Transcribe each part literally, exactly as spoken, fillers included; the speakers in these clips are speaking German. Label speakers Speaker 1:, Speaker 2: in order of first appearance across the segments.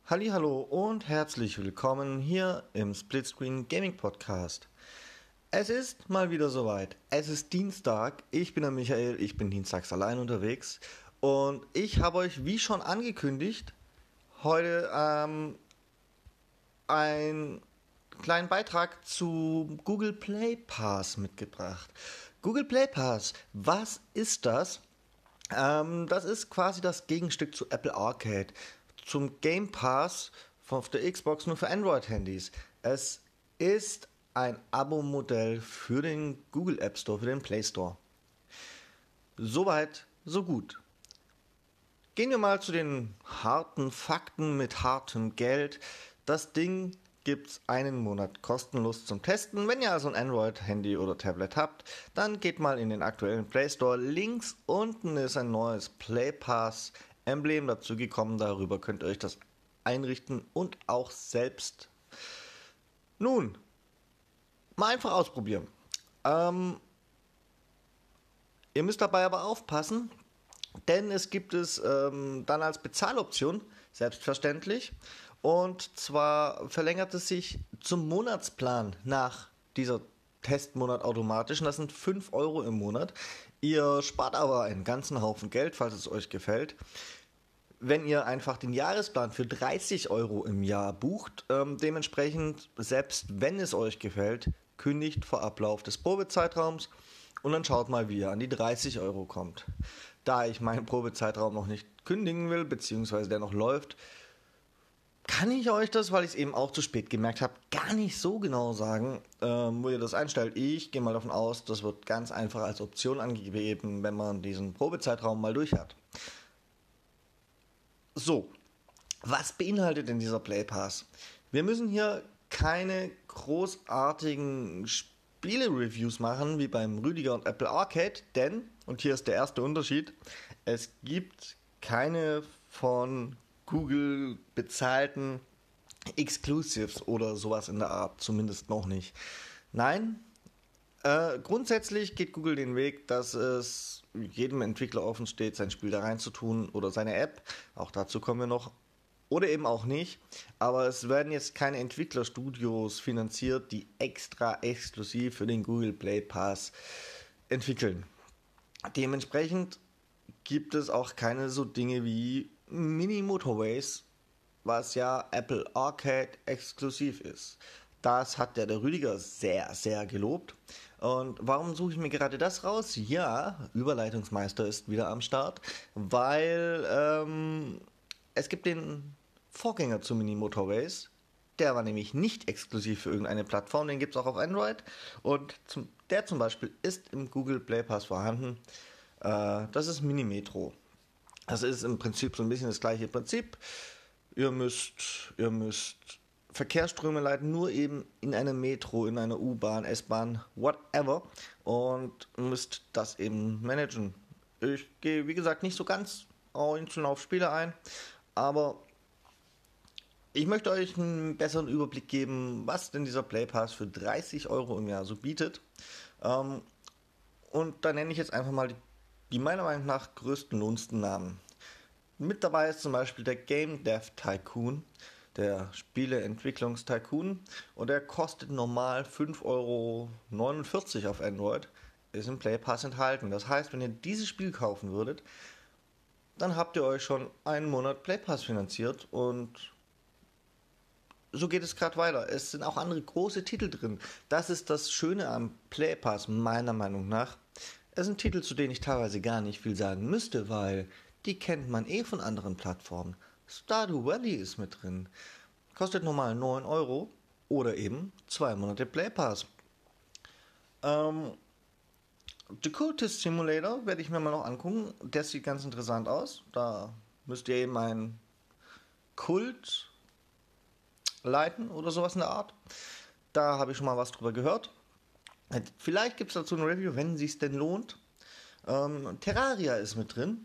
Speaker 1: Hallihallo und herzlich willkommen hier im Splitscreen Gaming Podcast. Es ist mal wieder soweit. Es ist Dienstag. Ich bin der Michael. Ich bin dienstags allein unterwegs. Und ich habe euch, wie schon angekündigt, heute ähm, einen kleinen Beitrag zu Google Play Pass mitgebracht. Google Play Pass, was ist das? Ähm, das ist quasi das Gegenstück zu Apple Arcade. Zum Game Pass auf der Xbox nur für Android-Handys. Es ist ein Abo-Modell für den Google App Store, für den Play Store. Soweit, so gut. Gehen wir mal zu den harten Fakten mit hartem Geld. Das Ding gibt es einen Monat kostenlos zum Testen. Wenn ihr also ein Android-Handy oder Tablet habt, dann geht mal in den aktuellen Play Store. Links unten ist ein neues Play Pass Emblem dazu gekommen. Darüber könnt ihr euch das einrichten und auch selbst. Nun, mal einfach ausprobieren. Ähm, ihr müsst dabei aber aufpassen, denn es gibt es ähm, dann als Bezahloption, selbstverständlich. Und zwar verlängert es sich zum Monatsplan nach dieser Testmonat automatisch. Und das sind fünf Euro im Monat. Ihr spart aber einen ganzen Haufen Geld, falls es euch gefällt, wenn ihr einfach den Jahresplan für dreißig Euro im Jahr bucht. Ähm, dementsprechend, selbst wenn es euch gefällt, kündigt vor Ablauf des Probezeitraums und dann schaut mal, wie ihr an die dreißig Euro kommt. Da ich meinen Probezeitraum noch nicht kündigen will, beziehungsweise der noch läuft, kann ich euch das, weil ich es eben auch zu spät gemerkt habe, gar nicht so genau sagen, ähm, wo ihr das einstellt. Ich gehe mal davon aus, das wird ganz einfach als Option angegeben, wenn man diesen Probezeitraum mal durch hat. So, was beinhaltet denn dieser Play Pass? Wir müssen hier keine großartigen Spiele-Reviews machen, wie beim Rüdiger und Apple Arcade, denn, und hier ist der erste Unterschied, es gibt keine von Google bezahlten Exclusives oder sowas in der Art, zumindest noch nicht. Nein, äh, grundsätzlich geht Google den Weg, dass es jedem Entwickler offen steht, sein Spiel da reinzutun oder seine App, auch dazu kommen wir noch, oder eben auch nicht, aber es werden jetzt keine Entwicklerstudios finanziert, die extra exklusiv für den Google Play Pass entwickeln. Dementsprechend gibt es auch keine so Dinge wie Mini Motorways, was ja Apple Arcade exklusiv ist. Das hat ja der Rüdiger sehr, sehr gelobt. Und warum suche ich mir gerade das raus? Ja, Überleitungsmeister ist wieder am Start, weil ähm, es gibt den Vorgänger zu Mini Motorways. Der war nämlich nicht exklusiv für irgendeine Plattform, den gibt es auch auf Android. Und zum, der zum Beispiel ist im Google Play Pass vorhanden. Äh, das ist Mini Metro. Das ist im Prinzip so ein bisschen das gleiche Prinzip. Ihr müsst, ihr müsst Verkehrsströme leiten, nur eben in einer Metro, in einer U-Bahn, S-Bahn, whatever. Und müsst das eben managen. Ich gehe, wie gesagt, nicht so ganz einzeln auf Spiele ein, aber ich möchte euch einen besseren Überblick geben, was denn dieser Play Pass für dreißig Euro im Jahr so bietet. Ähm, und da nenne ich jetzt einfach mal die, die meiner Meinung nach größten, lohnendsten Namen. Mit dabei ist zum Beispiel der Game Dev Tycoon, der Spieleentwicklungstycoon, und der kostet normal fünf Euro neunundvierzig auf Android, ist im Play Pass enthalten. Das heißt, wenn ihr dieses Spiel kaufen würdet, dann habt ihr euch schon einen Monat Play Pass finanziert und so geht es gerade weiter. Es sind auch andere große Titel drin. Das ist das Schöne am Play Pass, meiner Meinung nach. Es sind Titel, zu denen ich teilweise gar nicht viel sagen müsste, weil die kennt man eh von anderen Plattformen. Stardew Valley ist mit drin. Kostet normal neun Euro oder eben zwei Monate Play Pass. Ähm, The Cultist Simulator werde ich mir mal noch angucken. Der sieht ganz interessant aus. Da müsst ihr eben einen Kult leiten oder sowas in der Art. Da habe ich schon mal was drüber gehört. Vielleicht gibt es dazu ein Review, wenn es sich denn lohnt. Ähm, Terraria ist mit drin.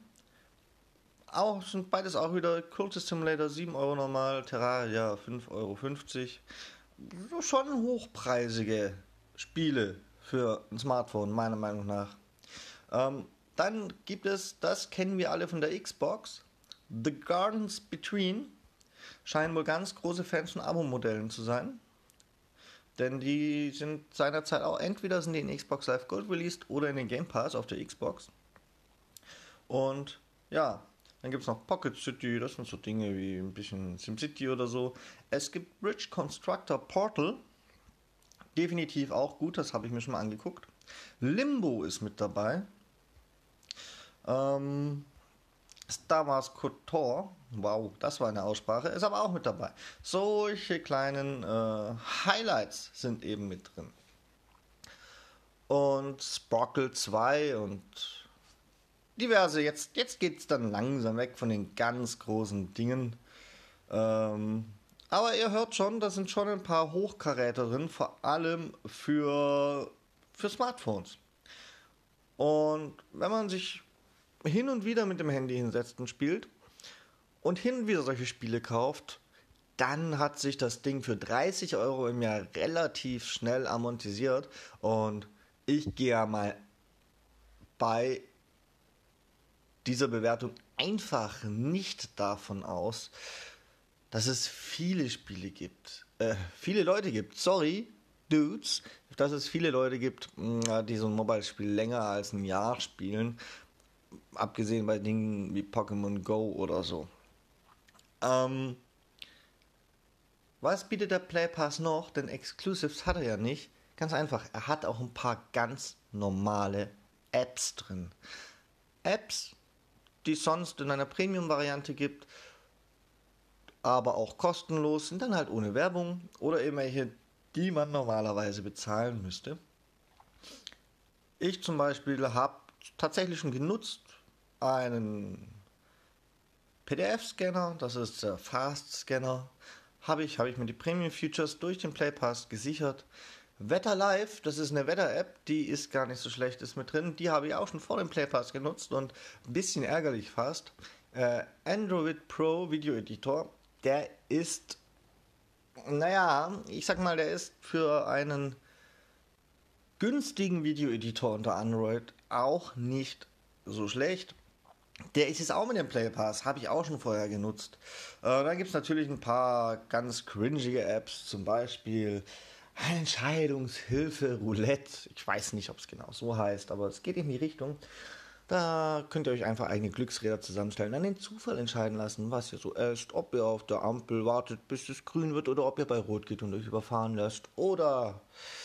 Speaker 1: Auch sind beides auch wieder Cultist Simulator sieben Euro normal, Terraria fünf Euro fünfzig. So schon hochpreisige Spiele für ein Smartphone, meiner Meinung nach. Ähm, dann gibt es, das kennen wir alle von der Xbox, The Gardens Between. scheinen wohl ganz große Fans von Abo-Modellen zu sein. Denn die sind seinerzeit auch, entweder sind die in Xbox Live Gold released oder in den Game Pass auf der Xbox. Und ja, dann gibt es noch Pocket City, das sind so Dinge wie ein bisschen SimCity oder so. Es gibt Bridge Constructor Portal, definitiv auch gut, das habe ich mir schon mal angeguckt. Limbo ist mit dabei. Ähm, Star Wars Kotor, wow, das war eine Aussprache, ist aber auch mit dabei. Solche kleinen äh, Highlights sind eben mit drin. Und Sparkle zwei und diverse, jetzt, jetzt geht es dann langsam weg von den ganz großen Dingen. Ähm, aber ihr hört schon, da sind schon ein paar Hochkaräter drin, vor allem für, für Smartphones. Und wenn man sich hin und wieder mit dem Handy hinsetzt und spielt und hin und wieder solche Spiele kauft, dann hat sich das Ding für dreißig Euro im Jahr relativ schnell amortisiert. Und ich gehe ja mal bei dieser Bewertung einfach nicht davon aus, dass es viele Spiele gibt, äh, viele Leute gibt, sorry, Dudes, dass es viele Leute gibt, die so ein Mobile-Spiel länger als ein Jahr spielen, abgesehen bei Dingen wie Pokémon Go oder so. Ähm, was bietet der Play Pass noch? Denn Exclusives hat er ja nicht. Ganz einfach, er hat auch ein paar ganz normale Apps drin. Apps, die es sonst in einer Premium-Variante gibt, aber auch kostenlos, sind dann halt ohne Werbung oder eben welche, die man normalerweise bezahlen müsste. Ich zum Beispiel habe tatsächlich schon genutzt einen P D F-Scanner, das ist der Fast-Scanner, habe ich, habe ich mir die Premium-Features durch den Play Pass gesichert. Wetter Live, das ist eine Wetter-App, die ist gar nicht so schlecht, ist mit drin. Die habe ich auch schon vor dem Play Pass genutzt und ein bisschen ärgerlich fast. Äh, Android Pro Video Editor, der ist, naja, ich sag mal, der ist für einen günstigen Video-Editor unter Android auch nicht so schlecht. Der ist jetzt auch mit dem Play Pass, habe ich auch schon vorher genutzt. Äh, dann gibt es natürlich ein paar ganz cringige Apps, zum Beispiel Entscheidungshilfe Roulette. Ich weiß nicht, ob es genau so heißt, aber es geht in die Richtung. Da könnt ihr euch einfach eigene Glücksräder zusammenstellen, dann den Zufall entscheiden lassen, was ihr so esst, ob ihr auf der Ampel wartet, bis es grün wird, oder ob ihr bei Rot geht und euch überfahren lasst, oder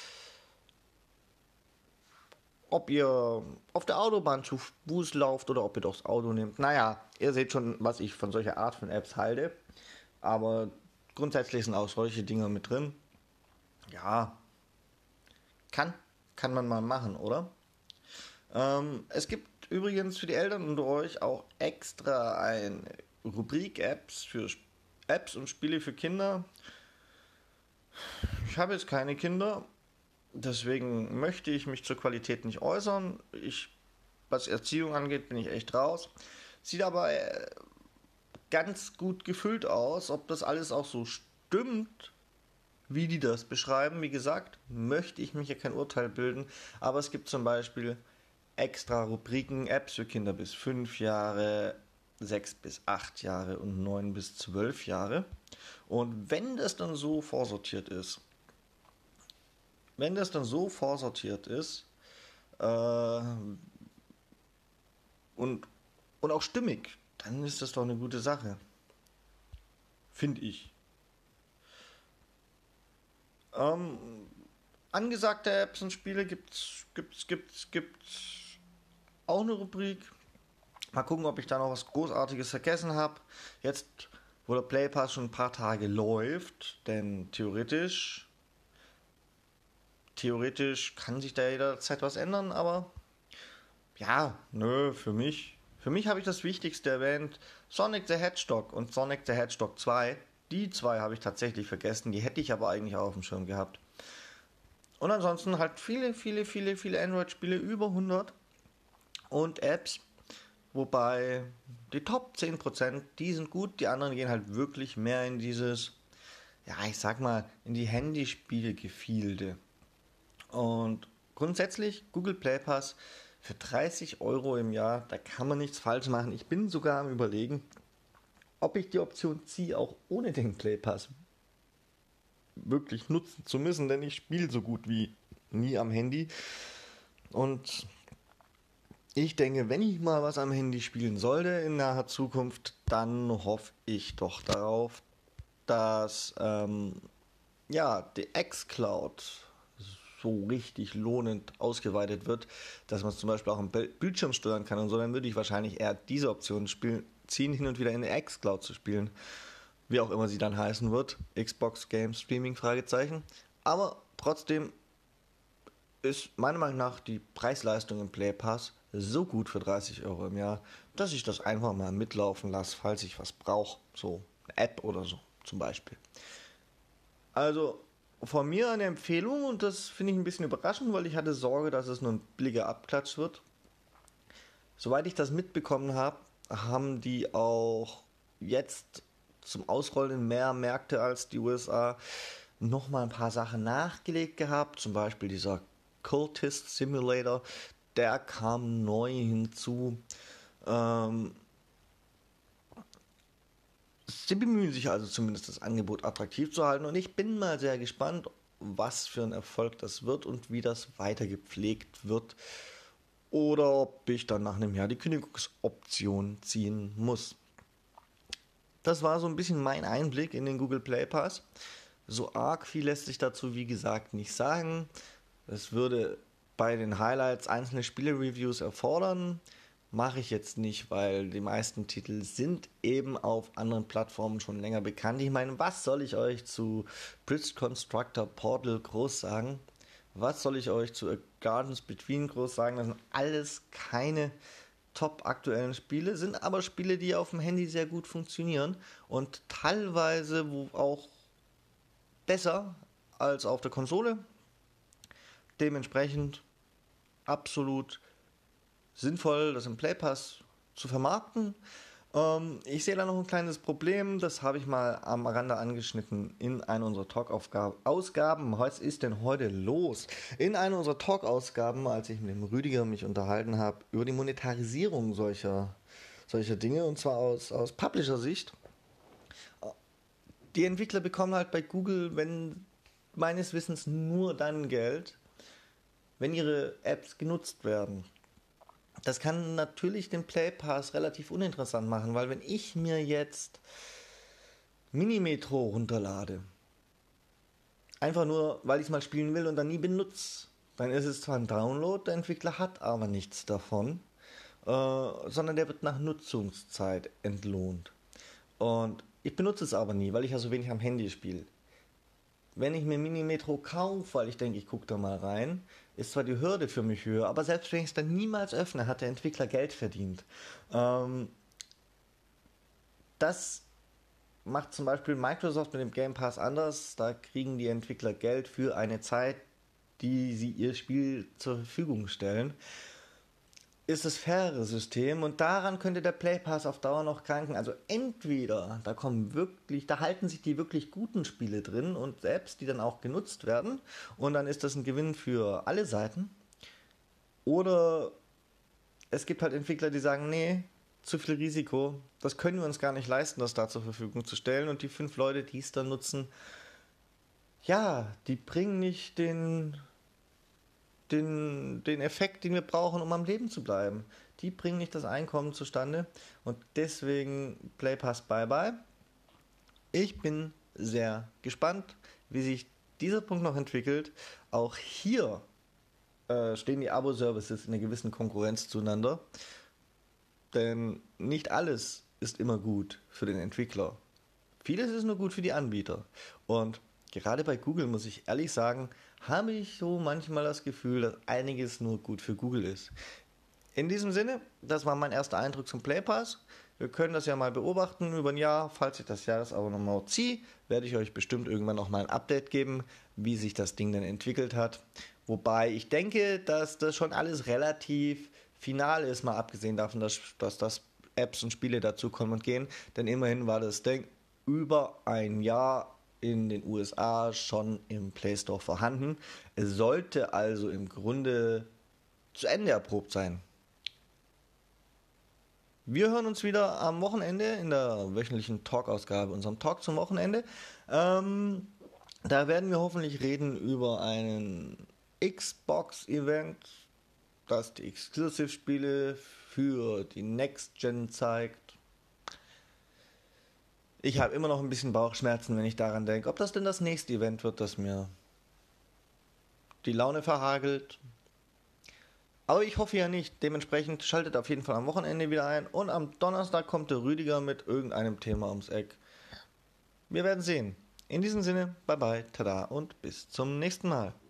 Speaker 1: ob ihr auf der Autobahn zu Fuß lauft oder ob ihr doch das Auto nehmt. Naja, ihr seht schon, was ich von solcher Art von Apps halte. Aber grundsätzlich sind auch solche Dinge mit drin. Ja, kann, kann man mal machen, oder? Ähm, es gibt übrigens für die Eltern unter euch auch extra eine Rubrik Apps für Apps und Spiele für Kinder. Ich habe jetzt keine Kinder. Deswegen möchte ich mich zur Qualität nicht äußern. Ich, was Erziehung angeht, bin ich echt raus. Sieht aber ganz gut gefüllt aus. Ob das alles auch so stimmt, wie die das beschreiben, wie gesagt, möchte ich mich ja kein Urteil bilden. Aber es gibt zum Beispiel extra Rubriken, Apps für Kinder bis fünf Jahre, sechs bis acht Jahre und neun bis zwölf Jahre. Und wenn das dann so vorsortiert ist, Wenn das dann so vorsortiert ist äh, und, und auch stimmig, dann ist das doch eine gute Sache. Finde ich. Ähm, angesagte Apps und Spiele gibt's, gibt's, gibt's, gibt's auch eine Rubrik. Mal gucken, ob ich da noch was Großartiges vergessen habe. Jetzt, wo der Play Pass schon ein paar Tage läuft, denn theoretisch Theoretisch kann sich da jederzeit was ändern, aber ja, nö, für mich. Für mich habe ich das Wichtigste erwähnt. Sonic the Hedgehog und Sonic the Hedgehog zwei. Die zwei habe ich tatsächlich vergessen, die hätte ich aber eigentlich auch auf dem Schirm gehabt. Und ansonsten halt viele, viele, viele, viele Android-Spiele, über hundert. Und Apps, wobei die Top zehn Prozent, die sind gut, die anderen gehen halt wirklich mehr in dieses, ja, ich sag mal, in die Handyspiele-Gefilde. Und grundsätzlich Google Play Pass für dreißig Euro im Jahr, da kann man nichts falsch machen. Ich bin sogar am Überlegen, ob ich die Option ziehe, auch ohne den Play Pass wirklich nutzen zu müssen, denn ich spiele so gut wie nie am Handy. Und ich denke, wenn ich mal was am Handy spielen sollte in naher Zukunft, dann hoffe ich doch darauf, dass ähm, ja, die xCloud so richtig lohnend ausgeweitet wird, dass man es zum Beispiel auch am Bildschirm steuern kann und so, dann würde ich wahrscheinlich eher diese Option spielen, ziehen, hin und wieder in der xCloud zu spielen. Wie auch immer sie dann heißen wird. Xbox Game Streaming, Fragezeichen. Aber trotzdem ist meiner Meinung nach die Preis-Leistung im Play Pass so gut für dreißig Euro im Jahr, dass ich das einfach mal mitlaufen lasse, falls ich was brauche. So eine App oder so zum Beispiel. Also von mir eine Empfehlung und das finde ich ein bisschen überraschend, weil ich hatte Sorge, dass es nur ein billiger Abklatsch wird. Soweit ich das mitbekommen habe, haben die auch jetzt zum Ausrollen in mehr Märkte als die U S A nochmal ein paar Sachen nachgelegt gehabt. Zum Beispiel dieser Cultist Simulator, der kam neu hinzu. Ähm, sie bemühen sich also zumindest das Angebot attraktiv zu halten und ich bin mal sehr gespannt, was für ein Erfolg das wird und wie das weiter gepflegt wird. Oder ob ich dann nach einem Jahr die Kündigungsoption ziehen muss. Das war so ein bisschen mein Einblick in den Google Play Pass. So arg viel lässt sich dazu, wie gesagt, nicht sagen. Es würde bei den Highlights einzelne Spiele-Reviews erfordern. Mache ich jetzt nicht, weil die meisten Titel sind eben auf anderen Plattformen schon länger bekannt. Ich meine, was soll ich euch zu Bridge Constructor Portal groß sagen? Was soll ich euch zu A Gardens Between groß sagen? Das sind alles keine top aktuellen Spiele, sind aber Spiele, die auf dem Handy sehr gut funktionieren und teilweise wo auch besser als auf der Konsole. Dementsprechend absolut sinnvoll, das im Play Pass zu vermarkten. Ähm, ich sehe da noch ein kleines Problem, das habe ich mal am Rande angeschnitten in einer unserer Talk-Ausgaben. Was ist denn heute los? In einer unserer Talk-Ausgaben, als ich mit dem Rüdiger mich unterhalten habe über die Monetarisierung solcher, solcher Dinge, und zwar aus, aus Publisher-Sicht. Die Entwickler bekommen halt bei Google, wenn meines Wissens nur dann Geld, wenn ihre Apps genutzt werden. Das kann natürlich den Play Pass relativ uninteressant machen, weil wenn ich mir jetzt Minimetro runterlade, einfach nur, weil ich es mal spielen will und dann nie benutze, dann ist es zwar ein Download, der Entwickler hat aber nichts davon, äh, sondern der wird nach Nutzungszeit entlohnt. Und ich benutze es aber nie, weil ich ja so wenig am Handy spiele. Wenn ich mir Minimetro kaufe, weil ich denke, ich gucke da mal rein, ist zwar die Hürde für mich höher, aber selbst wenn ich es dann niemals öffne, hat der Entwickler Geld verdient. Ähm, das macht zum Beispiel Microsoft mit dem Game Pass anders. Da kriegen die Entwickler Geld für eine Zeit, die sie ihr Spiel zur Verfügung stellen. Ist das faire System und daran könnte der Play Pass auf Dauer noch kranken. Also entweder da kommen wirklich, da halten sich die wirklich guten Spiele drin und Apps, die dann auch genutzt werden und dann ist das ein Gewinn für alle Seiten. Oder es gibt halt Entwickler, die sagen, nee, zu viel Risiko, das können wir uns gar nicht leisten, das da zur Verfügung zu stellen und die fünf Leute, die es dann nutzen, ja, die bringen nicht den Den, den Effekt, den wir brauchen, um am Leben zu bleiben. Die bringen nicht das Einkommen zustande und deswegen Play Pass bye bye. Ich bin sehr gespannt, wie sich dieser Punkt noch entwickelt. Auch hier äh, stehen die Abo-Services in einer gewissen Konkurrenz zueinander, denn nicht alles ist immer gut für den Entwickler. Vieles ist nur gut für die Anbieter und gerade bei Google muss ich ehrlich sagen, habe ich so manchmal das Gefühl, dass einiges nur gut für Google ist. In diesem Sinne, das war mein erster Eindruck zum Play Pass. Wir können das ja mal beobachten über ein Jahr. Falls ich das Jahresabonnement ziehe, werde ich euch bestimmt irgendwann noch mal ein Update geben, wie sich das Ding denn entwickelt hat. Wobei ich denke, dass das schon alles relativ final ist, mal abgesehen davon, dass, dass das Apps und Spiele dazu kommen und gehen. Denn immerhin war das Ding über ein Jahr in den U S A schon im Play Store vorhanden. Es sollte also im Grunde zu Ende erprobt sein. Wir hören uns wieder am Wochenende in der wöchentlichen Talk-Ausgabe, unserem Talk zum Wochenende. Ähm, da werden wir hoffentlich reden über einen Xbox-Event, das die Exclusive-Spiele für die Next-Gen zeigt. Ich habe immer noch ein bisschen Bauchschmerzen, wenn ich daran denke, ob das denn das nächste Event wird, das mir die Laune verhagelt. Aber ich hoffe ja nicht. Dementsprechend schaltet auf jeden Fall am Wochenende wieder ein. Und am Donnerstag kommt der Rüdiger mit irgendeinem Thema ums Eck. Wir werden sehen. In diesem Sinne, bye bye, tada und bis zum nächsten Mal.